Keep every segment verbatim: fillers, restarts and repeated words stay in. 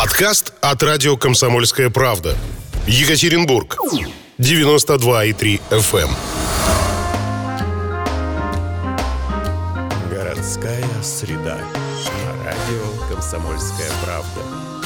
Подкаст от радио «Комсомольская правда». Екатеринбург. девяносто два и три эф эм. Городская среда. На радио «Комсомольская правда».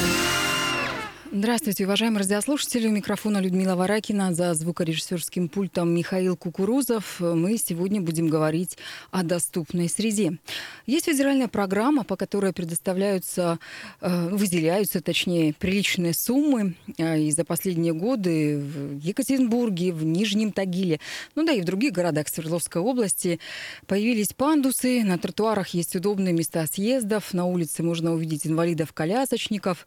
Здравствуйте, уважаемые радиослушатели. У микрофона Людмила Варакина, за звукорежиссерским пультом Михаил Кукурузов. Мы сегодня будем говорить о доступной среде. Есть федеральная программа, по которой предоставляются, выделяются, точнее, приличные суммы. И за последние годы в Екатеринбурге, в Нижнем Тагиле, ну да и в других городах Свердловской области появились пандусы. На тротуарах есть удобные места съездов. На улице можно увидеть инвалидов-колясочников.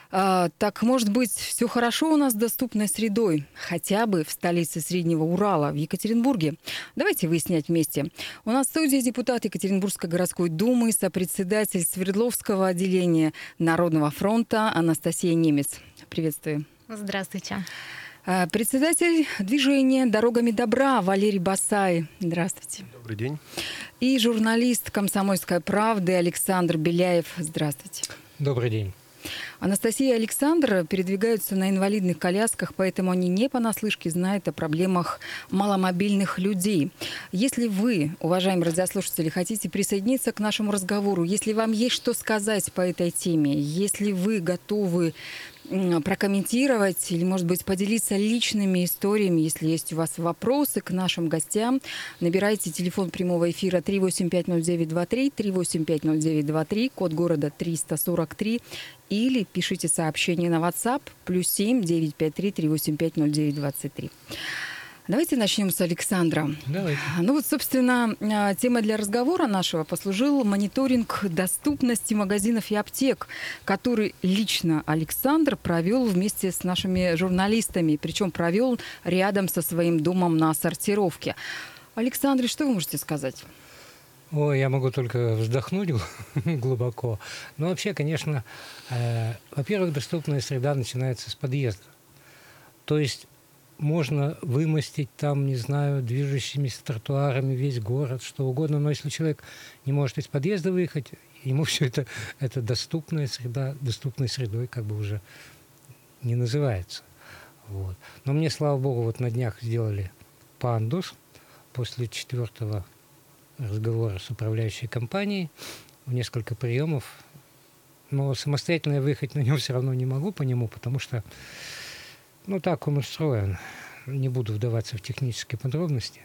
А, так, может быть, все хорошо у нас с доступной средой, хотя бы в столице Среднего Урала, в Екатеринбурге. Давайте выяснять вместе. У нас в студии депутат Екатеринбургской городской думы, сопредседатель Свердловского отделения Народного фронта Анастасия Немец. Приветствую. Здравствуйте. А, председатель движения «Дорогами добра» Валерий Басай. Здравствуйте. Добрый день. И журналист «Комсомольской правды» Александр Беляев. Здравствуйте. Добрый день. Анастасия и Александр передвигаются на инвалидных колясках, поэтому они не понаслышке знают о проблемах маломобильных людей. Если вы, уважаемые радиослушатели, хотите присоединиться к нашему разговору, если вам есть что сказать по этой теме, если вы готовы прокомментировать или, может быть, поделиться личными историями, если есть у вас вопросы к нашим гостям, набирайте телефон прямого эфира три восемь пять ноль девять два три, три восемь пять ноль девять два три, код города триста сорок три, или пишите сообщение на WhatsApp плюс семь девятьсот пятьдесят три триста восемьдесят пять ноль девять двадцать три. Давайте начнем с Александра. Давайте. Ну вот, собственно, тема для разговора нашего послужил мониторинг доступности магазинов и аптек, который лично Александр провел вместе с нашими журналистами, причем провел рядом со своим домом на сортировке. Александр, что вы можете сказать? Ой, я могу только вздохнуть глубоко. Но вообще, конечно, э, во-первых, доступная среда начинается с подъезда. То есть можно вымостить там, не знаю, движущимися тротуарами весь город, что угодно. Но если человек не может из подъезда выехать, ему все это, это доступная среда, доступной средой как бы уже не называется. Вот. Но мне, слава богу, вот на днях сделали пандус после четвертого разговора с управляющей компанией, несколько приемов. Но самостоятельно я выехать на нем все равно не могу по нему, потому что ну, так он устроен. Не буду вдаваться в технические подробности.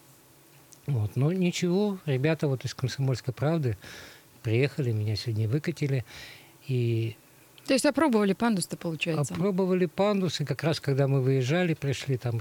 Вот. Но ничего, ребята вот из «Комсомольской правды» приехали, меня сегодня выкатили. И То есть опробовали пандус-то, получается? Опробовали пандус, и как раз когда мы выезжали, пришли там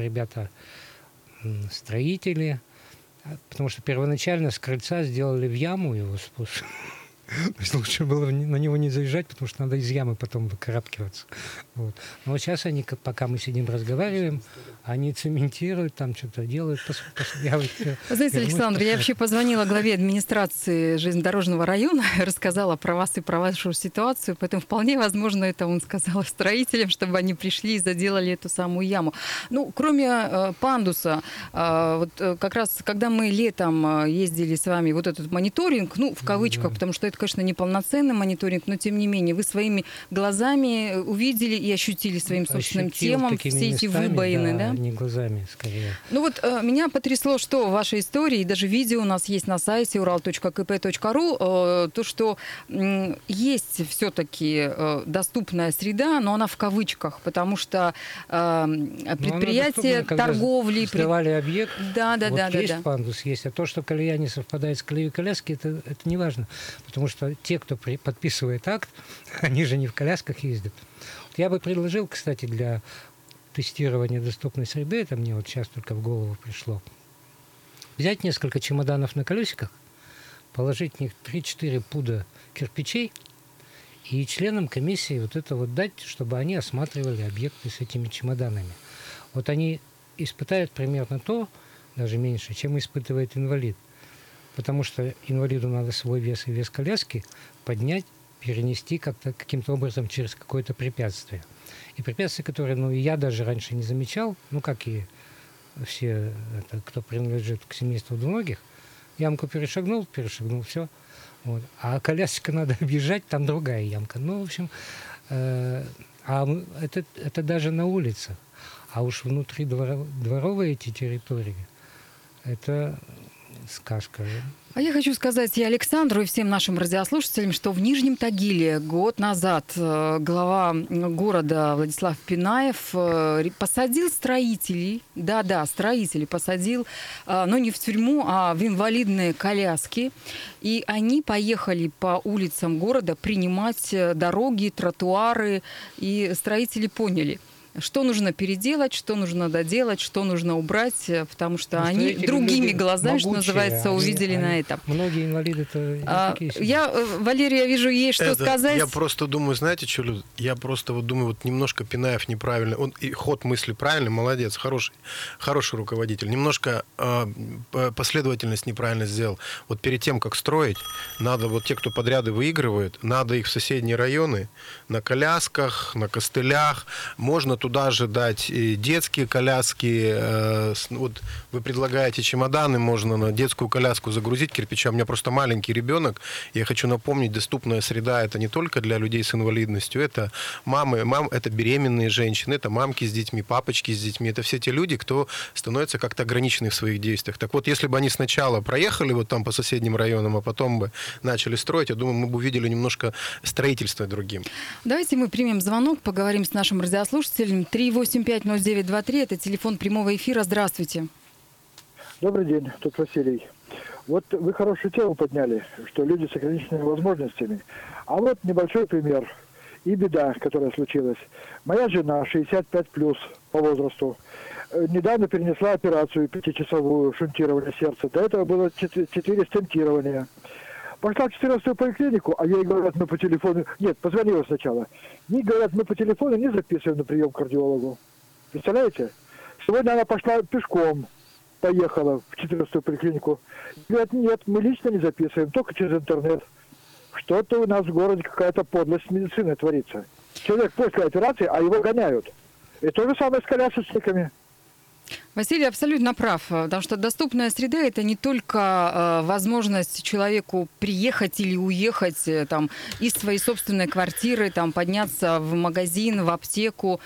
ребята-строители, потому что первоначально с крыльца сделали в яму его спуск. То есть лучше было на него не заезжать, потому что надо из ямы потом выкарабкиваться. Вот. Но вот сейчас они, пока мы сидим, разговариваем, они цементируют, там что-то делают. Пос, пос, я, Вы знаете, Александр, я вообще позвонила главе администрации железнодорожного района, рассказала про вас и про вашу ситуацию, поэтому вполне возможно, это он сказал строителям, чтобы они пришли и заделали эту самую яму. Ну, кроме э, пандуса, э, вот э, как раз, когда мы летом ездили с вами, вот этот мониторинг, ну, в кавычках, да. Потому что это, конечно, неполноценный мониторинг, но тем не менее вы своими глазами увидели и ощутили своим собственным Ощутил темам все эти местами, выбоины, да? да? Не глазами, скорее. Ну вот э, меня потрясло, что в вашей истории, и даже видео у нас есть на сайте урал точка ка пэ точка ру, э, то, что э, есть все-таки э, доступная среда, но она в кавычках, потому что э, предприятия, торговли... Сдавали объект, да, да, вот да, есть да, пандус, есть, а то, что колея не совпадает с колеей коляски, это, это не важно, потому что те, кто при, подписывает акт, они же не в колясках ездят. Вот я бы предложил, кстати, для тестирования доступной среды, это мне вот сейчас только в голову пришло, взять несколько чемоданов на колесиках, положить в них три-четыре пуда кирпичей и членам комиссии вот это вот дать, чтобы они осматривали объекты с этими чемоданами. Вот они испытают примерно то, даже меньше, чем испытывает инвалид. Потому что инвалиду надо свой вес и вес коляски поднять, перенести как-то, каким-то образом через какое-то препятствие. И препятствия, которые, ну, я даже раньше не замечал, ну, как и все, это, кто принадлежит к семейству двуногих, ямку перешагнул, перешагнул, все. Вот. А колясочка надо объезжать, там другая ямка. Ну, в общем, Э, а это, это даже на улицах. А уж внутри двор, дворовые эти территории, это сказка. А я хочу сказать и Александру, и всем нашим радиослушателям, что в Нижнем Тагиле год назад глава города Владислав Пинаев посадил строителей, да-да, строителей посадил, но не в тюрьму, а в инвалидные коляски. И они поехали по улицам города принимать дороги, тротуары, и строители поняли, что нужно переделать, что нужно доделать, что нужно убрать, потому что ну, они другими глазами, что называется, увидели они, на это. Многие инвалиды-то а, такие себе. Я, Валерия, я вижу, есть что это, сказать. Я просто думаю, знаете, что, Люд? Я просто вот думаю, вот немножко Пинаев неправильно, он и ход мысли правильный, молодец, хороший, хороший руководитель. Немножко э, последовательность неправильно сделал. Вот перед тем, как строить, надо вот те, кто подряды выигрывают, надо их в соседние районы на колясках, на костылях, можно туда же дать и детские коляски. Вот вы предлагаете чемоданы, можно на детскую коляску загрузить кирпичом. У меня просто маленький ребенок. Я хочу напомнить, доступная среда — это не только для людей с инвалидностью. Это мамы, мам, это беременные женщины, это мамки с детьми, папочки с детьми. Это все те люди, кто становится как-то ограниченный в своих действиях. Так вот, если бы они сначала проехали вот там по соседним районам, а потом бы начали строить, я думаю, мы бы увидели немножко строительство другим. Давайте мы примем звонок, поговорим с нашим радиослушателем. три восемь пять ноль девять два три, это телефон прямого эфира. Здравствуйте. Добрый день, тут Василий. Вот вы хорошую тему подняли, что люди с ограниченными возможностями. А вот небольшой пример и беда, которая случилась. Моя жена, шестьдесят пять плюс по возрасту, недавно перенесла операцию пятичасовую шунтирование сердца. До этого было четыре стентирования. Пошла в четырнадцатую поликлинику, а ей говорят, мы по телефону... Нет, позвонила сначала. Ей говорят, мы по телефону не записываем на прием к кардиологу. Представляете? Сегодня она пошла пешком, поехала в четырнадцатую поликлинику. Говорят, нет, мы лично не записываем, только через интернет. Что-то у нас в городе какая-то подлость с медициной творится. Человек после операции, а его гоняют. И то же самое с колясочниками. Василий абсолютно прав, потому что доступная среда – это не только возможность человеку приехать или уехать там, из своей собственной квартиры, там, подняться в магазин, в аптеку,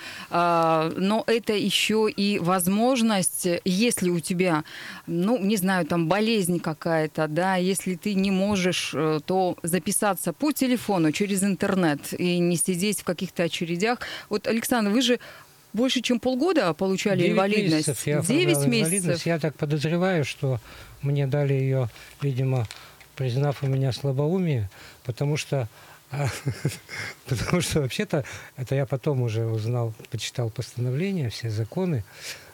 но это еще и возможность, если у тебя, ну, не знаю, там болезнь какая-то, да, если ты не можешь, то записаться по телефону через интернет и не сидеть в каких-то очередях. Вот, Александр, вы же больше, чем полгода получали инвалидность. Месяцев я девять месяцев. Я так подозреваю, что мне дали ее, видимо, признав у меня слабоумие, потому что, потому что вообще-то, это я потом уже узнал, почитал постановления, все законы,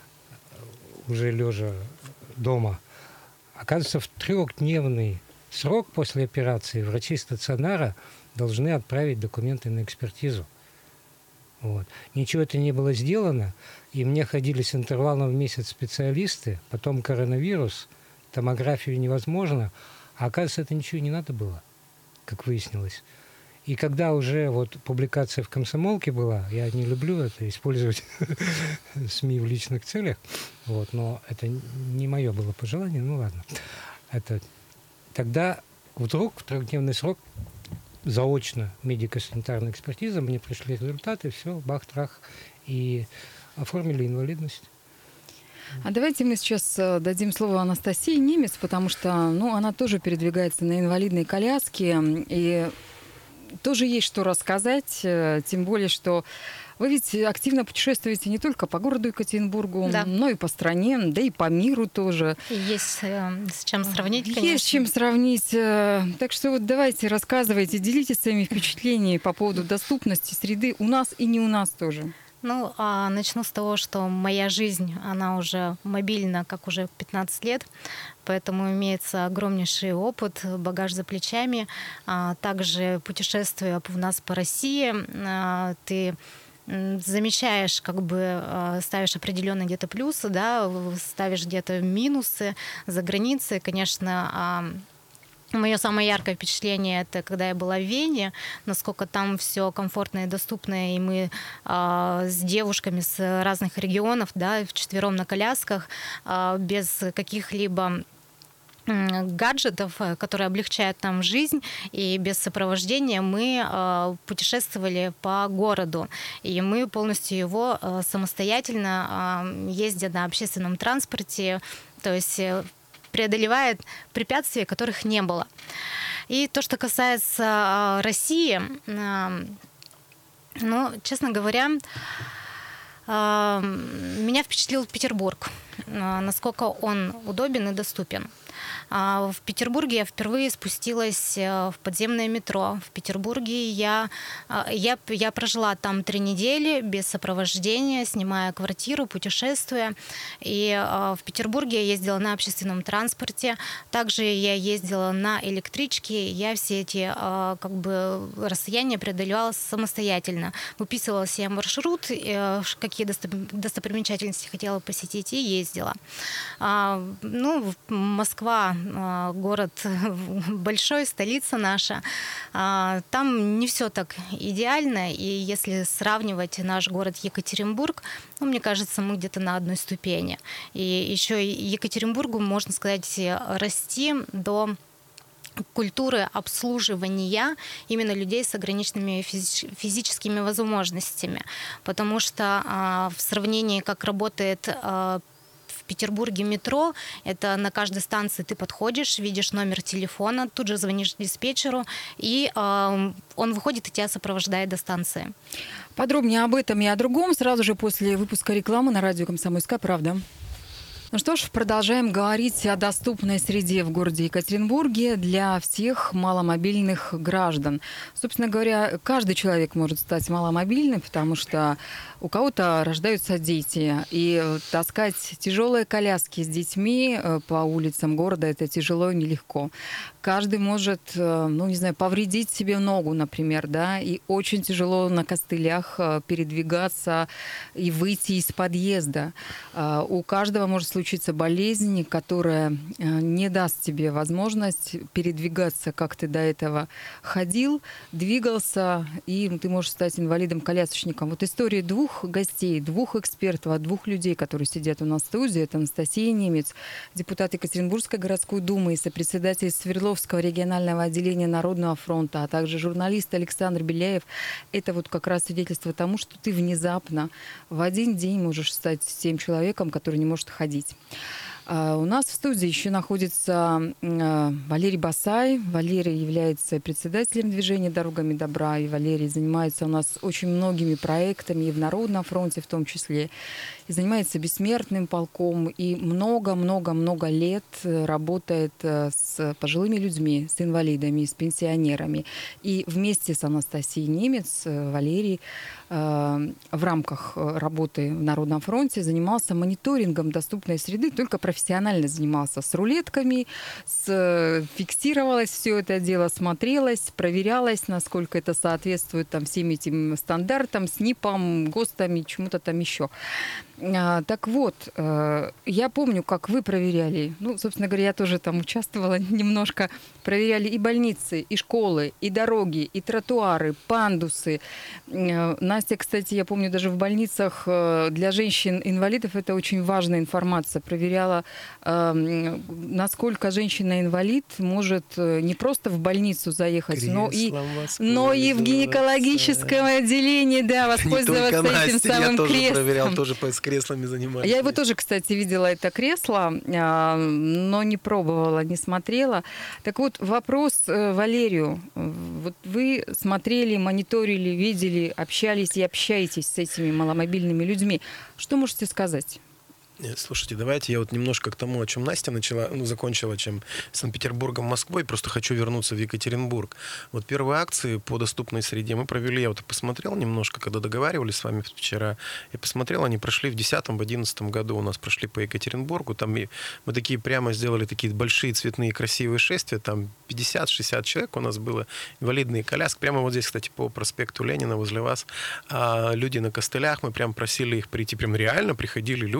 уже лежа дома. Оказывается, в трехдневный срок после операции врачи стационара должны отправить документы на экспертизу. Вот. Ничего это не было сделано, и мне ходили с интервалом в месяц специалисты, потом коронавирус, томографию невозможно, а оказывается, это ничего не надо было, как выяснилось. И когда уже вот публикация в «Комсомолке» была, я не люблю это использовать СМИ в личных целях, вот, но это не мое было пожелание, ну ладно. Это... Тогда вдруг в трехдневный срок заочно медико-санитарная экспертиза, мне пришли результаты, все, бах-трах, и оформили инвалидность. А давайте мы сейчас дадим слово Анастасии Немец, потому что, ну, она тоже передвигается на инвалидной коляске, и тоже есть что рассказать, тем более, что вы ведь активно путешествуете не только по городу Екатеринбургу, да, но и по стране, да и по миру тоже. Есть э, с чем сравнить, конечно. Есть с чем сравнить. Так что вот давайте, рассказывайте, делитесь своими впечатлениями по поводу доступности среды у нас и не у нас тоже. Ну, а начну с того, что моя жизнь, она уже мобильна, как уже пятнадцать лет, поэтому имеется огромнейший опыт, багаж за плечами. А также путешествуя у нас по России, а, ты замечаешь, как бы ставишь определенные где-то плюсы, да, ставишь где-то минусы за границей. Конечно, мое самое яркое впечатление — это когда я была в Вене, насколько там все комфортно и доступно, и мы а, с девушками с разных регионов, да, вчетвером на колясках, а, без каких-либо гаджетов, которые облегчают нам жизнь, и без сопровождения мы э, путешествовали по городу, и мы полностью его э, самостоятельно, э, ездя на общественном транспорте, то есть э, преодолевает препятствия, которых не было. И то, что касается э, России, э, ну, честно говоря, э, меня впечатлил Петербург, э, насколько он удобен и доступен. В Петербурге я впервые спустилась в подземное метро. В Петербурге я, я, я прожила там три недели без сопровождения, снимая квартиру, путешествуя. И в Петербурге я ездила на общественном транспорте. Также я ездила на электричке. Я все эти как бы расстояния преодолевала самостоятельно. Выписывала себе маршрут, какие достопримечательности хотела посетить, и ездила. Ну, Москва, город большой, столица наша. Там не все так идеально, и если сравнивать наш город Екатеринбург, ну, мне кажется, мы где-то на одной ступени. И еще Екатеринбургу, можно сказать, расти до культуры обслуживания именно людей с ограниченными физическими возможностями. Потому что в сравнении, как работает в Петербурге метро, это на каждой станции ты подходишь, видишь номер телефона, тут же звонишь диспетчеру, и э, он выходит и тебя сопровождает до станции. Подробнее об этом и о другом сразу же после выпуска рекламы на радио «Комсомольская правда». Ну что ж, продолжаем говорить о доступной среде в городе Екатеринбурге для всех маломобильных граждан. Собственно говоря, каждый человек может стать маломобильным, потому что у кого-то рождаются дети, и таскать тяжелые коляски с детьми по улицам города – это тяжело и нелегко. Каждый может, ну не знаю, повредить себе ногу, например, да, и очень тяжело на костылях передвигаться и выйти из подъезда. У каждого может случиться болезнь, которая не даст тебе возможность передвигаться, как ты до этого ходил, двигался, и ты можешь стать инвалидом-колясочником. Вот история двух гостей, двух экспертов, двух людей, которые сидят у нас в студии. Это Анастасия Немец, депутат Екатеринбургской городской думы и сопредседатель Свердловского регионального отделения Народного фронта, а также журналист Александр Беляев. Это вот как раз свидетельство тому, что ты внезапно в один день можешь стать тем человеком, который не может ходить. У нас в студии еще находится Валерий Басай. Валерий является председателем движения «Дорогами добра», и Валерий занимается у нас очень многими проектами и в Народном фронте в том числе, и занимается бессмертным полком, и много-много-много лет работает с пожилыми людьми, с инвалидами, с пенсионерами. И вместе с Анастасией Немец Валерий в рамках работы в Народном фронте занимался мониторингом доступной среды, только профессионально занимался с рулетками, с, фиксировалось все это дело, смотрелось, проверялось, насколько это соответствует там, всем этим стандартам, СНИПам, ГОСТам, чему-то там еще. Так вот, я помню, как вы проверяли, ну, собственно говоря, я тоже там участвовала немножко, проверяли и больницы, и школы, и дороги, и тротуары, пандусы. Настя, кстати, я помню, даже в больницах для женщин-инвалидов это очень важная информация. Проверяла, насколько женщина-инвалид может не просто в больницу заехать, но и, но и в гинекологическом отделении, да, воспользоваться этим самым я тоже крестом. Проверял, тоже с креслами занимались. Я его тоже, кстати, видела, это кресло, но не пробовала, не смотрела. Так вот, вопрос Валерию. Вот вы смотрели, мониторили, видели, общались и общаетесь с этими маломобильными людьми. Что можете сказать? Слушайте, давайте я вот немножко к тому, о чем Настя начала, ну, закончила, чем Санкт-Петербургом, Москвой, просто хочу вернуться в Екатеринбург. Вот первые акции по доступной среде мы провели, я вот посмотрел немножко, когда договаривались с вами вчера, я посмотрел, они прошли в десятом, в одиннадцатом году у нас прошли по Екатеринбургу, там мы такие прямо сделали такие большие цветные красивые шествия, там пятьдесят-шестьдесят человек у нас было, инвалидные коляски, прямо вот здесь, кстати, по проспекту Ленина возле вас, а люди на костылях, мы прям просили их прийти, прям реально приходили люди вот для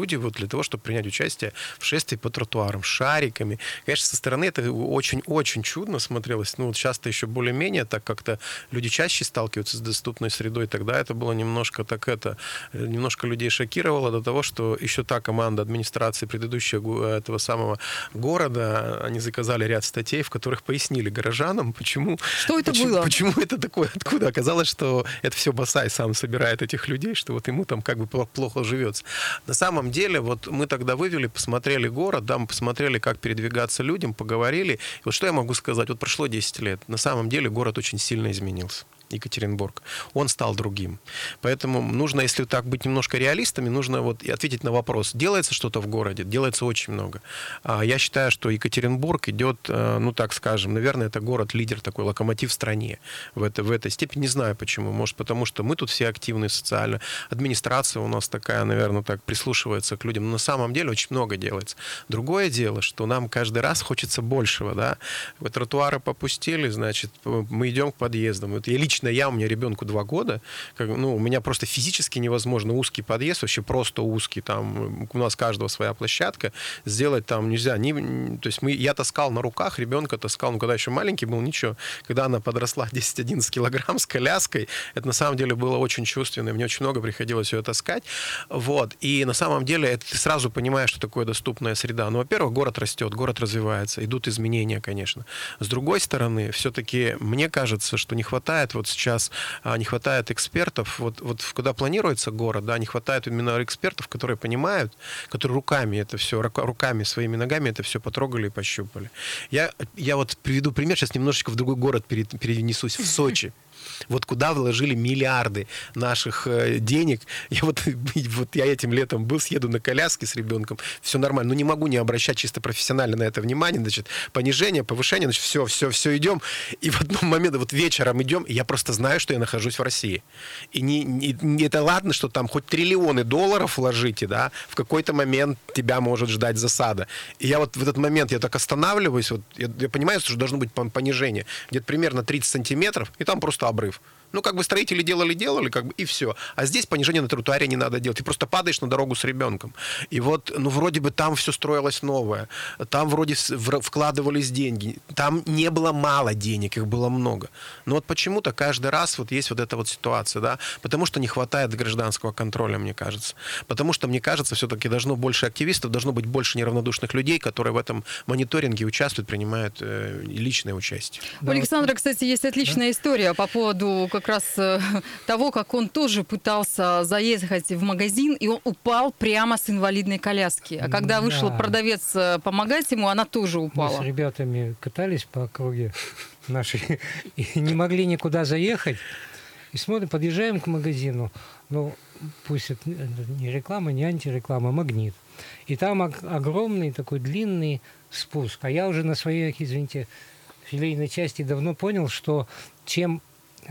того, чтобы принять участие в шествии по тротуарам, шариками. Конечно, со стороны это очень-очень чудно смотрелось. Ну, вот сейчас-то еще более-менее, так как-то люди чаще сталкиваются с доступной средой. Тогда это было немножко так это, немножко людей шокировало до того, что еще та команда администрации предыдущего этого самого города, они заказали ряд статей, в которых пояснили горожанам, почему... Что это почему, было? Почему это такое? Откуда? Оказалось, что это все Басай сам собирает этих людей, что вот ему там как бы плохо живется. На самом деле, вот мы тогда вывели, посмотрели город, да, мы посмотрели, как передвигаться людям, поговорили. И вот что я могу сказать? Вот прошло десять лет. На самом деле город очень сильно изменился. Екатеринбург. Он стал другим. Поэтому нужно, если так быть немножко реалистами, нужно вот ответить на вопрос. Делается что-то в городе? Делается очень много. Я считаю, что Екатеринбург идет, ну так скажем, наверное, это город-лидер, такой локомотив в стране в, это, в этой степени. Не знаю почему. Может, потому что мы тут все активны социально. Администрация у нас такая, наверное, так прислушивается к людям. Но на самом деле очень много делается. Другое дело, что нам каждый раз хочется большего. Да? Вот тротуары попустили, значит, мы идем к подъездам. Вот я лично я, у меня ребенку два года, как, ну, у меня просто физически невозможно узкий подъезд, вообще просто узкий, там у нас каждого своя площадка, сделать там нельзя. Не, то есть мы, я таскал на руках, ребенка таскал, ну, когда еще маленький был, ничего. Когда она подросла десять-одиннадцать килограмм с коляской, это на самом деле было очень чувственно, мне очень много приходилось ее таскать. Вот. И на самом деле это ты сразу понимаешь, что такое доступная среда. Ну, во-первых, город растет, город развивается, идут изменения, конечно. С другой стороны, все-таки мне кажется, что не хватает вот сейчас а, не хватает экспертов. Вот, вот когда планируется город, да, не хватает именно экспертов, которые понимают, которые руками это все, руками, своими ногами это все потрогали и пощупали. Я, я вот приведу пример, сейчас немножечко в другой город перенесусь, в Сочи. Вот куда вложили миллиарды наших э, денег. Я вот, вот я этим летом был, съеду на коляске с ребенком, все нормально. Но не могу не обращать чисто профессионально на это внимание. Значит, понижение, повышение, значит, все, все, все идем. И в одном моменте, вот вечером идем, и я просто знаю, что я нахожусь в России. И не, не, не это ладно, что там хоть триллионы долларов вложите, да, в какой-то момент тебя может ждать засада. И я вот в этот момент, я так останавливаюсь, вот, я, я понимаю, что должно быть понижение. Где-то примерно тридцать сантиметров, и там просто обрыв. Ну, как бы строители делали-делали, как бы, и все. А здесь понижение на тротуаре не надо делать. Ты просто падаешь на дорогу с ребенком. И вот, ну, вроде бы там все строилось новое. Там вроде вкладывались деньги. Там не было мало денег, их было много. Но вот почему-то каждый раз вот есть вот эта вот ситуация, да, потому что не хватает гражданского контроля, мне кажется. Потому что, мне кажется, все-таки должно больше активистов, должно быть больше неравнодушных людей, которые в этом мониторинге участвуют, принимают э, личное участие. У Александра, кстати, есть отличная история по поводу как раз того, как он тоже пытался заехать в магазин, и он упал прямо с инвалидной коляски. А когда вышел да. продавец помогать ему, она тоже упала. Мы с ребятами катались по округе нашей и не могли никуда заехать. И смотрим, подъезжаем к магазину. Ну, пусть это не реклама, не антиреклама, а Магнит. И там огромный такой длинный спуск. А я уже на своей, извините, филейной части давно понял, что чем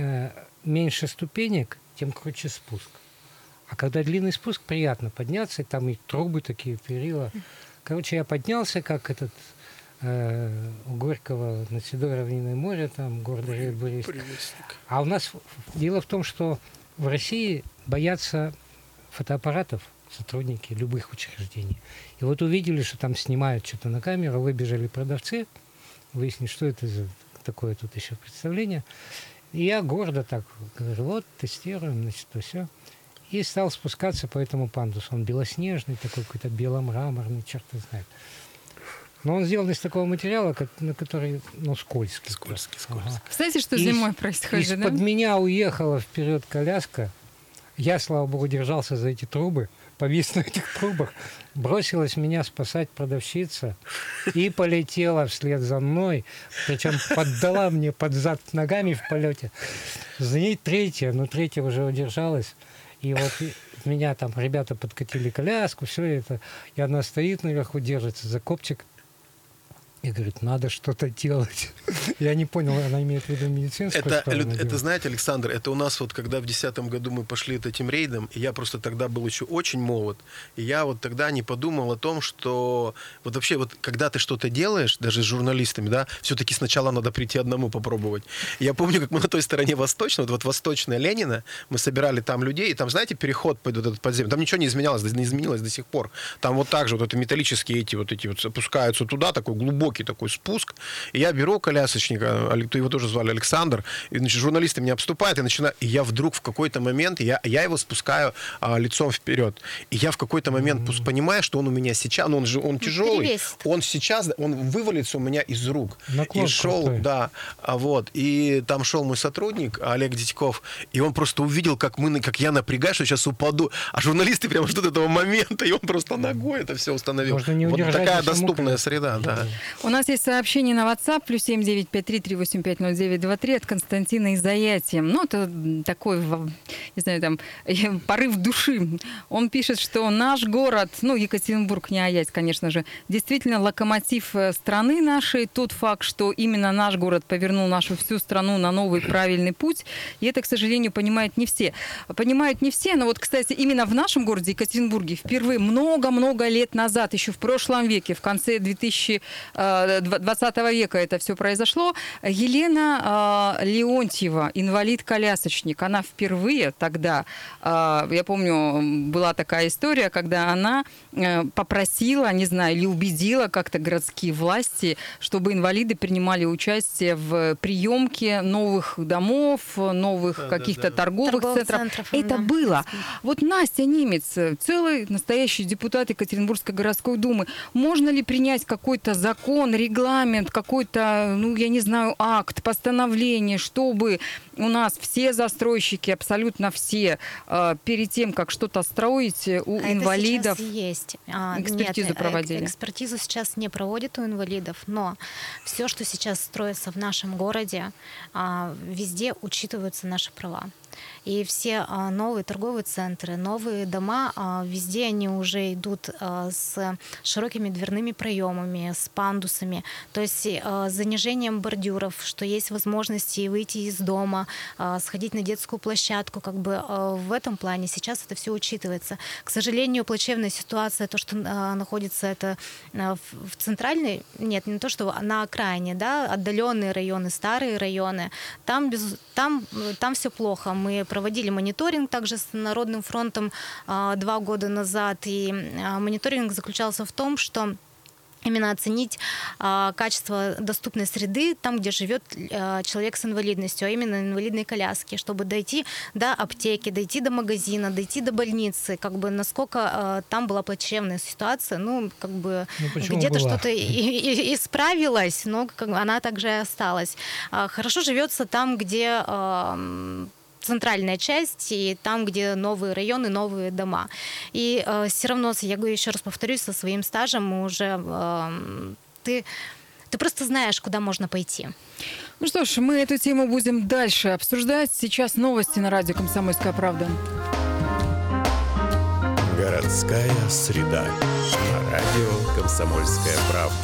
меньше ступенек, тем круче спуск. А когда длинный спуск, приятно подняться, там и трубы такие, перила. Короче, я поднялся, как этот э, у Горького над седой равниной моря, там, гордо реет Борис. А у нас дело в том, что в России боятся фотоаппаратов сотрудники любых учреждений. И вот увидели, что там снимают что-то на камеру, выбежали продавцы, выяснили, что это за такое тут еще представление. И я гордо так говорю, вот, тестируем, значит, то все. И стал спускаться по этому пандусу. Он белоснежный, такой какой-то беломраморный, черт знает. Но он сделан из такого материала, на который, ну, скользкий. Скользкий, скользкий. Ага. Знаете, что зимой происходит, да? Из-под меня уехала вперед коляска. Я, слава богу, держался за эти трубы, повис на этих трубах. Бросилась меня спасать продавщица и полетела вслед за мной. Причем поддала мне под зад ногами в полете. За ней третья, но третья уже удержалась. И вот меня там ребята подкатили коляску, все это. И она стоит наверху, держится за копчик. и говорит, надо что-то делать. Я не понял, она имеет в виду медицинскую это, сторону. Это, знаете, Александр, это у нас вот, когда в две тысячи десятом году мы пошли вот этим рейдом, и я просто тогда был еще очень молод, и я вот тогда не подумал о том, что вот вообще вот когда ты что-то делаешь, даже с журналистами, да, все-таки сначала надо прийти одному попробовать. И я помню, как мы на той стороне Восточной, вот, вот Восточная Ленина, мы собирали там людей, и там, знаете, переход под вот этот подземный, там ничего не изменялось, не изменилось до сих пор. Там вот так же вот это металлические эти вот эти вот опускаются туда, такой глубокий такой спуск. И я беру колясочника, его тоже звали Александр, и, значит, журналисты меня обступают, и начинаю, и я вдруг в какой-то момент, я, я его спускаю а, лицом вперед. И я в какой-то момент mm-hmm. понимаю, что он у меня сейчас, ну он же он тяжелый, Перевесит. он сейчас, он вывалится у меня из рук. Наклон и шел, крутой. да, а вот, и там шел мой сотрудник Олег Дядьков, и он просто увидел, как мы, как я напрягаюсь, что сейчас упаду, а журналисты прямо ждут этого момента, и он просто ногой это все установил. Можно не вот такая доступная мукой. среда, да. У нас есть сообщение на WhatsApp, плюс семь девять пять три три восемь пять ноль девять два три от Константина из Заяти. Ну, это такой, не знаю, там, порыв души. Он пишет, что наш город, ну, Екатеринбург, не Аять, конечно же, действительно локомотив страны нашей. Тот факт, что именно наш город повернул нашу всю страну на новый правильный путь, и это, к сожалению, понимают не все. Понимают не все, но вот, кстати, именно в нашем городе, Екатеринбурге, впервые много-много лет назад, еще в прошлом веке, в конце две тысячи двадцатого века это все произошло. Елена э, Леонтьева, инвалид-колясочник, она впервые тогда, э, я помню, была такая история, когда она э, попросила, не знаю, или убедила как-то городские власти, чтобы инвалиды принимали участие в приемке новых домов, новых да, каких-то да, да. торговых, торговых центров. центров. Это да. было. Вот Настя Немец, целый настоящий депутат Екатеринбургской городской думы. Можно ли принять какой-то закон, регламент, какой-то, ну, я не знаю, акт, постановление, чтобы у нас все застройщики, абсолютно все, э, перед тем, как что-то строить, у а инвалидов это есть. А, экспертизу нет, проводили? Экспертизу сейчас не проводят у инвалидов, но все, что сейчас строится в нашем городе, а, везде учитываются наши права. И все а, новые торговые центры, новые дома, а, везде они уже идут а, с широкими дверными проемами, с пандусами, то есть а, с занижением бордюров, что есть возможности выйти из дома, а, сходить на детскую площадку. Как бы а, в этом плане сейчас это все учитывается. К сожалению, плачевная ситуация, то, что а, находится это а, в, в центральной, нет, не то, что на окраине, да, отдаленные районы, старые районы, там, без, там, там все плохо. Мы проводили мониторинг также с Народным фронтом а, два года назад, и а, мониторинг заключался в том, что именно оценить а, качество доступной среды там, где живет а, человек с инвалидностью, а именно инвалидной коляски, чтобы дойти до аптеки, дойти до магазина, дойти до больницы, как бы насколько а, там была плачевная ситуация, ну, как бы ну, где-то что-то и, и, исправилось, но как бы, она также и осталась. А, хорошо живется там, где а, центральная часть, и там, где новые районы, новые дома. И э, все равно, я говорю, еще раз повторюсь, со своим стажем уже э, ты, ты просто знаешь, куда можно пойти. Ну что ж, мы эту тему будем дальше обсуждать. Сейчас новости на радио «Комсомольская правда». Городская среда. На радио «Комсомольская правда».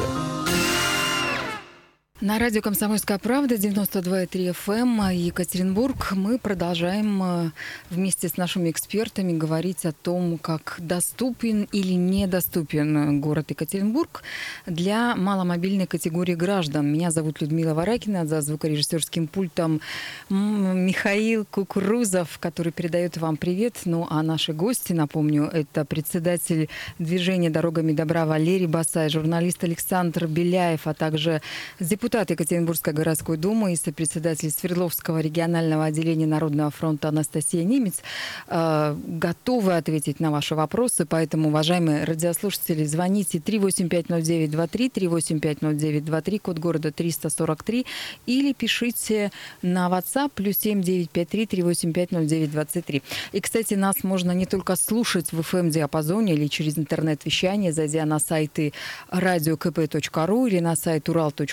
На радио «Комсомольская правда», девяносто два и три эф эм, Екатеринбург. Мы продолжаем вместе с нашими экспертами говорить о том, как доступен или недоступен город Екатеринбург для маломобильной категории граждан. Меня зовут Людмила Варакина, за звукорежиссерским пультом Михаил Кукурузов, который передает вам привет. Ну а наши гости, напомню, это председатель движения «Дорогами добра» Валерий Басай, журналист Александр Беляев, а также депутат Депутат Екатеринбургской городской думы и сопредседатель Свердловского регионального отделения Народного фронта Анастасия Немец э, готовы ответить на ваши вопросы. Поэтому, уважаемые радиослушатели, звоните три восемь пять ноль девять два три, три восемь пять ноль девять два три, код города триста сорок три, или пишите на WhatsApp плюс семь девять пять три, три восемь пять ноль девять двадцать три. И, кстати, нас можно не только слушать в эф эм-диапазоне или через интернет-вещание, зайдя на сайты радио ка пэ точка ру или на сайт урал точка ка пэ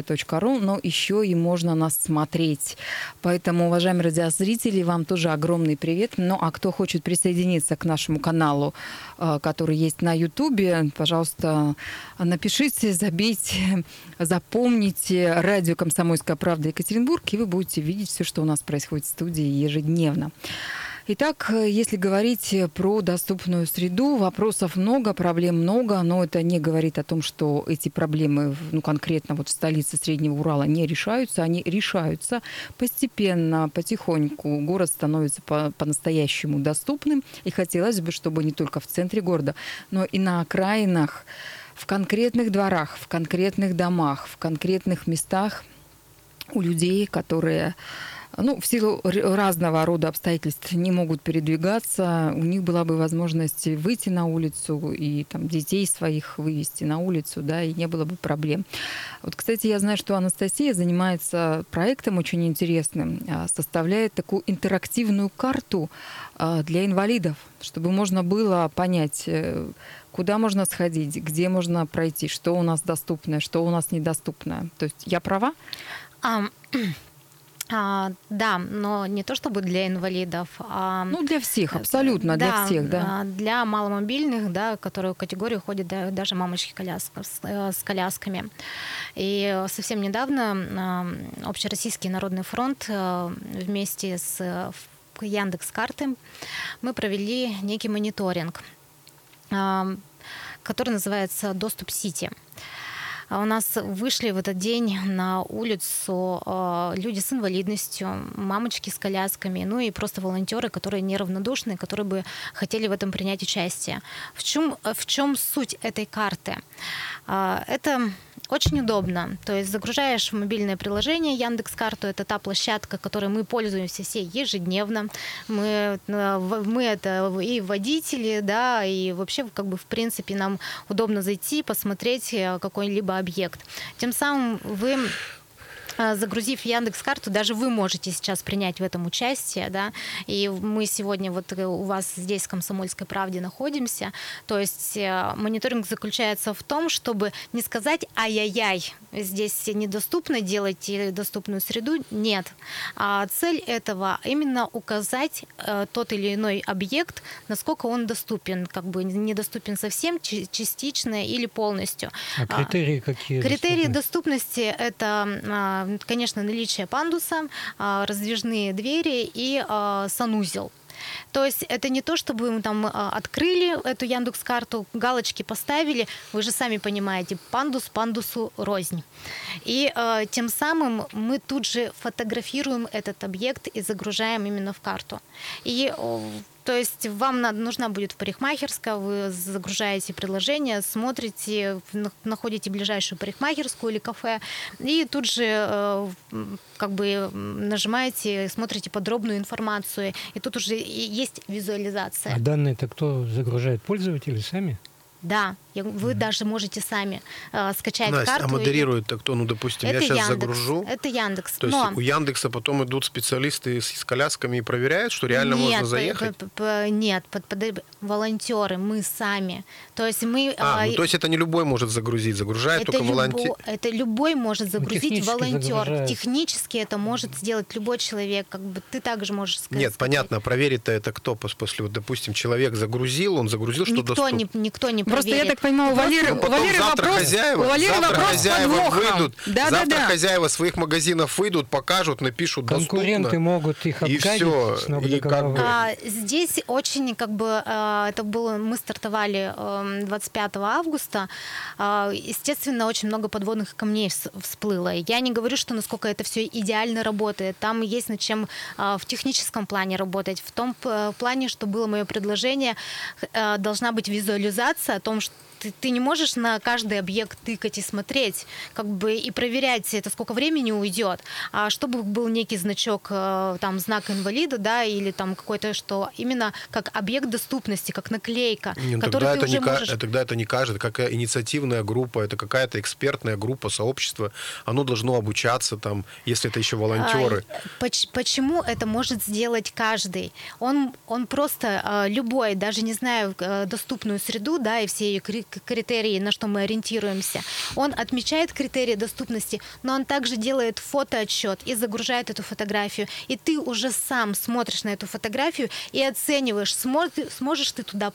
вэ точка ру, но еще и можно нас смотреть. Поэтому, уважаемые радиозрители, вам тоже огромный привет. Ну, а кто хочет присоединиться к нашему каналу, который есть на Ютубе, пожалуйста, напишите, забейте, запомните радио «Комсомольская правда» Екатеринбург, и вы будете видеть все, что у нас происходит в студии ежедневно. Итак, если говорить про доступную среду, вопросов много, проблем много, но это не говорит о том, что эти проблемы, ну, конкретно вот в столице Среднего Урала не решаются, они решаются постепенно, потихоньку. Город становится по- по-настоящему доступным, и хотелось бы, чтобы не только в центре города, но и на окраинах, в конкретных дворах, в конкретных домах, в конкретных местах у людей, которые, ну, в силу разного рода обстоятельств не могут передвигаться, у них была бы возможность выйти на улицу и там детей своих вывести на улицу, да, и не было бы проблем. Вот, кстати, я знаю, что Анастасия занимается проектом очень интересным, составляет такую интерактивную карту для инвалидов, чтобы можно было понять, куда можно сходить, где можно пройти, что у нас доступное, что у нас недоступное. То есть я права? А, а, да, но не то чтобы для инвалидов. А, ну, для всех, абсолютно, да, для всех, да. Для маломобильных, да, которые в категорию ходят да, даже мамочки коляска, с, с колясками. И совсем недавно Общероссийский народный фронт вместе с Яндекс.Карты мы провели некий мониторинг, который называется «Доступ Сити». У нас вышли в этот день на улицу люди с инвалидностью, мамочки с колясками, ну и просто волонтеры, которые неравнодушны, которые бы хотели в этом принять участие. В чем, в чем суть этой карты? Это очень удобно. То есть загружаешь в мобильное приложение Яндекс.Карту. Это та площадка, которой мы пользуемся все ежедневно. Мы, мы это и водители, да, и вообще как бы в принципе нам удобно зайти, посмотреть какой-либо объект. Тем самым вы, загрузив Яндекс.Карту, даже вы можете сейчас принять в этом участие, да, и мы сегодня вот у вас здесь в «Комсомольской правде» находимся, то есть мониторинг заключается в том, чтобы не сказать «ай-яй-яй, здесь недоступно, делайте доступную среду», нет, а цель этого именно указать тот или иной объект, насколько он доступен, как бы недоступен совсем, частично или полностью. А критерии какие? Критерии доступности – это, конечно, наличие пандуса, раздвижные двери и санузел. То есть это не то, чтобы мы там открыли эту Яндекс.Карту, галочки поставили, вы же сами понимаете, пандус пандусу рознь. И э, тем самым мы тут же фотографируем этот объект и загружаем именно в карту. И то есть вам надо, нужна будет парикмахерская, вы загружаете приложение, смотрите, находите ближайшую парикмахерскую или кафе, и тут же э, как бы нажимаете, смотрите подробную информацию, и тут уже есть визуализация. А данные-то кто загружает? Пользователи сами? Да, вы mm-hmm. даже можете сами э, скачать Настя, карту. А модерирует-то кто? Ну, допустим, это я сейчас Яндекс. загружу. Это Яндекс. То Но... есть у Яндекса потом идут специалисты с, с колясками и проверяют, что реально нет, можно заехать? П- п- нет, под, под, волонтеры, мы сами. То есть мы... А, ну, то есть это не любой может загрузить, загружает это только любо, волонтер. Это любой может загрузить, ну, волонтер. Загружает. Технически это может сделать любой человек. Как бы ты также можешь сказать. Нет, понятно, проверить-то это кто после, вот, допустим, человек загрузил, он загрузил, что никто доступно. Не, никто не Просто проверит. я так понимаю, у Валеры, Ну, у Валеры завтра вопрос, хозяева, у Валеры завтра вопрос хозяева с подвохом. выйдут, Да, завтра да, да. хозяева своих магазинов выйдут, покажут, напишут Конкуренты доступно. могут их И обгадить все, с ног и до как головы. бы- А, здесь очень как бы это было, мы стартовали двадцать пятого августа, естественно, очень много подводных камней всплыло. Я не говорю, что насколько это все идеально работает, там есть над чем в техническом плане работать, в том плане, что было мое предложение, должна быть визуализация о том, что Ты, ты не можешь на каждый объект тыкать и смотреть, как бы и проверять, это сколько времени уйдет, а чтобы был некий значок, там, знак инвалида, да, или там какой-то, что именно как объект доступности, как наклейка, Не, ну, который тогда, ты это уже не, можешь... ка- тогда это не кажет, какая инициативная группа, это какая-то экспертная группа, сообщество, оно должно обучаться, там, если это еще волонтеры. А, поч- почему это может сделать каждый? Он, он просто любой, даже не знаю доступную среду, да, и все ее критерии, на что мы ориентируемся. Он отмечает критерии доступности, но он также делает фотоотчет и загружает эту фотографию. И ты уже сам смотришь на эту фотографию и оцениваешь, сможешь ты туда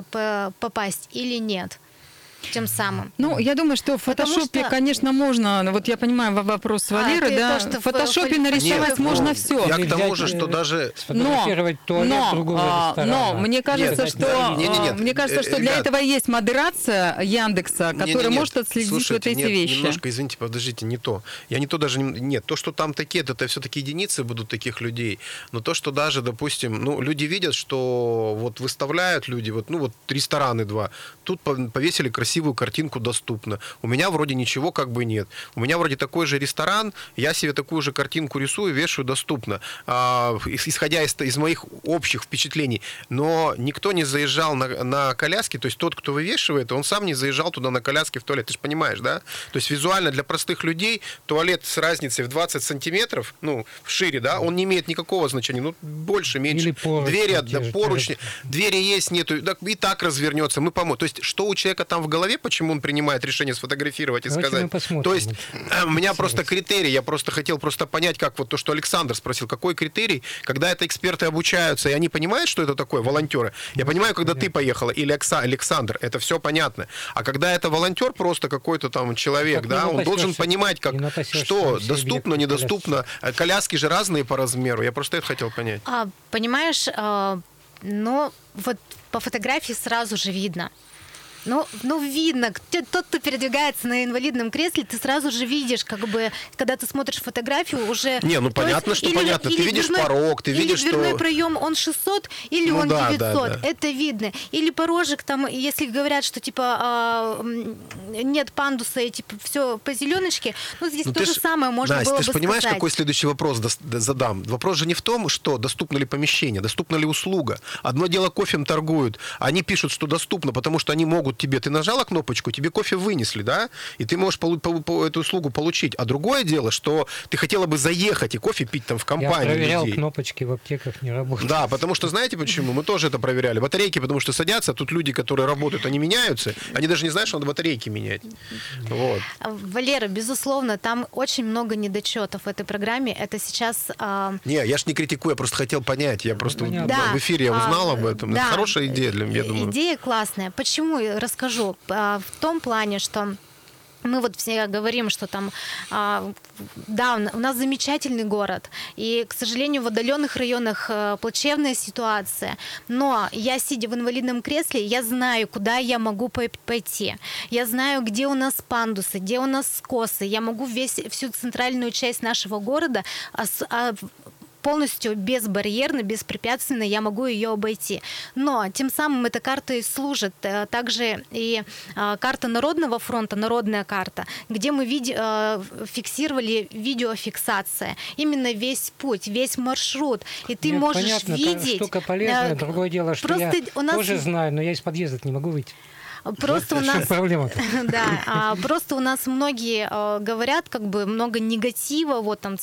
попасть или нет. Тем самым. Ну, я думаю, что в фотошопе, что... конечно, можно, вот я понимаю вопрос Валеры, а, да, то, в фотошопе в... нарисовать Нет, можно ну, все. Я к тому же, что даже... Сфотографировать но, туалет но, другого а, ресторана. Но мне кажется, нет, что, нет, нет, нет, мне кажется, что для ребят, этого есть модерация Яндекса, которая нет, нет, может отследить слушайте, вот эти нет, вещи. Немножко, извините, подождите, не то. Я не то даже... Не, нет, то, что там такие, это, это все-таки единицы будут таких людей. Но то, что даже, допустим, ну, люди видят, что вот выставляют люди, вот, ну, вот рестораны два, тут повесили красивую картинку доступно. У меня вроде ничего как бы нет. У меня вроде такой же ресторан, я себе такую же картинку рисую, вешаю доступно, а, исходя из, из моих общих впечатлений. Но никто не заезжал на, на коляске, то есть тот, кто вывешивает, он сам не заезжал туда на коляске в туалет. Ты же понимаешь, да? То есть визуально для простых людей туалет с разницей в двадцать сантиметров, ну, шире, да, он не имеет никакого значения. Ну, больше, меньше. Поручни, двери, да, поручни. Двери есть, нету. Да, и так развернется. Мы поможем. То есть что у человека там в голове, почему он принимает решение сфотографировать и Давайте сказать. То есть у меня просто критерий, я просто хотел просто понять, как вот то, что Александр спросил, какой критерий, когда это эксперты обучаются, и они понимают, что это такое, волонтеры. Я понимаю, когда ты поехала, или Александр, это все понятно. А когда это волонтер, просто какой-то там человек, как да, он должен понимать, как, что доступно, недоступно. Коляски же разные по размеру. Я просто это хотел понять. А, понимаешь, а, ну, вот по фотографии сразу же видно. Ну, ну, видно, тот, кто передвигается на инвалидном кресле, ты сразу же видишь, как бы, когда ты смотришь фотографию, уже... Не, ну, понятно, есть, что или, понятно. Или ты видишь дверной, порог, ты видишь, что... Или дверной проем, он шестьсот, или ну, он да, девятьсот. Да, да. Это видно. Или порожек, там, если говорят, что, типа, э, нет пандуса, и, типа, все по зеленочке, ну, здесь ну, то же ж, самое можно Настя, было бы ты же понимаешь, сказать. Какой следующий вопрос задам? Вопрос же не в том, что доступно ли помещение, доступна ли услуга. Одно дело, кофем торгуют, они пишут, что доступно, потому что они могут тебе... Ты нажала кнопочку, тебе кофе вынесли, да, и ты можешь по, по, по эту услугу получить. А другое дело, что ты хотела бы заехать и кофе пить там в компании. Я проверял, людей. Кнопочки в аптеках не работают. Да, потому что, знаете почему? Мы тоже это проверяли. Батарейки, потому что садятся, тут люди, которые работают, они меняются, они даже не знают, что надо батарейки менять. Вот. Валера, безусловно, там очень много недочетов в этой программе. Это сейчас... А... Не, я ж не критикую, я просто хотел понять. Я просто да, в эфире я узнал а, об этом. Да, это хорошая идея для меня, я думаю. Идея классная. Почему? Расскажу. В том плане, что мы вот все говорим, что там, а, да, у нас замечательный город, и, к сожалению, в отдаленных районах а, плачевная ситуация, но я, сидя в инвалидном кресле, я знаю, куда я могу пойти, я знаю, где у нас пандусы, где у нас скосы, я могу весь, всю центральную часть нашего города а, а, полностью безбарьерно, беспрепятственно я могу ее обойти. Но тем самым эта карта и служит. Также и карта Народного фронта, народная карта, где мы види, фиксировали видеофиксация. Именно весь путь, весь маршрут. И ты Нет, можешь понятно, видеть... Штука полезная. Другое дело, что Просто я у нас... тоже знаю, но я из подъезда не могу выйти. Просто вот у нас, проблема. Да, просто у нас многие говорят, как бы много негатива, вот там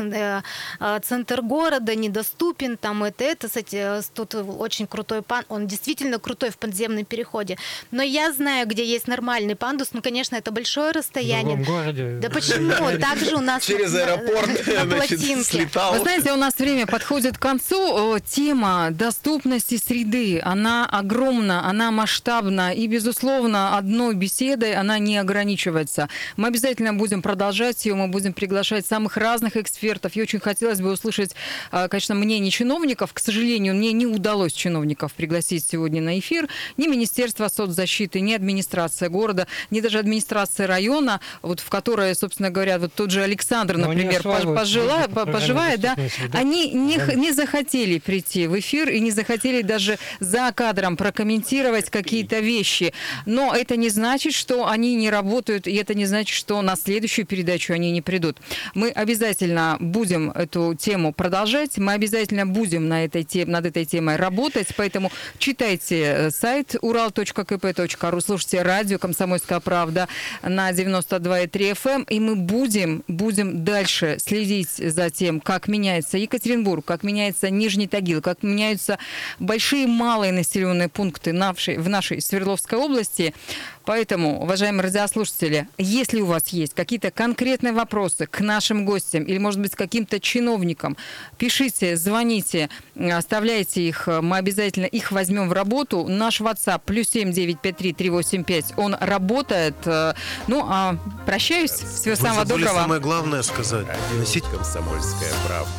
центр города недоступен, там это, это, кстати, тут очень крутой пан, он действительно крутой в подземном переходе. Но я знаю, где есть нормальный пандус, ну, конечно, это большое расстояние. В другом городе. Да почему? Также у нас через аэропорт слетал. Вы знаете, у нас время подходит к концу. Тема доступности среды, она огромна, она масштабна и, безусловно, Безусловно, одной беседой она не ограничивается. Мы обязательно будем продолжать ее, мы будем приглашать самых разных экспертов. И очень хотелось бы услышать, конечно, мнение чиновников. К сожалению, мне не удалось чиновников пригласить сегодня на эфир. Ни Министерство соцзащиты, ни администрация города, ни даже администрация района, вот в которой, собственно говоря, вот тот же Александр, например, пожила, поживает, да, они не, не захотели прийти в эфир и не захотели даже за кадром прокомментировать какие-то вещи. Но это не значит, что они не работают, и это не значит, что на следующую передачу они не придут. Мы обязательно будем эту тему продолжать, мы обязательно будем на этой теме, над этой темой работать, поэтому читайте сайт урал точка ка пэ точка ру, слушайте радио «Комсомольская правда» на девяносто два и три эф эм, и мы будем, будем дальше следить за тем, как меняется Екатеринбург, как меняется Нижний Тагил, как меняются большие и малые населенные пункты в нашей Свердловской области, области. Поэтому, уважаемые радиослушатели, если у вас есть какие-то конкретные вопросы к нашим гостям или, может быть, к каким-то чиновникам, пишите, звоните, оставляйте их, мы обязательно их возьмем в работу. Наш WhatsApp плюс семь девять пять три три восемь пять, он работает. Ну, а прощаюсь. Всего самого Вы забыли доброго. самое главное сказать. Носить «Комсомольская правда».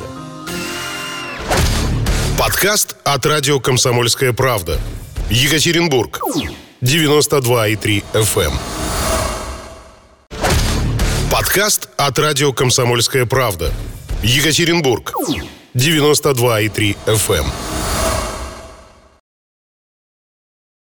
Подкаст от радио «Комсомольская правда». Екатеринбург. девяносто два и три эф эм. Подкаст от радио «Комсомольская правда». Екатеринбург. девяносто два и три эф эм.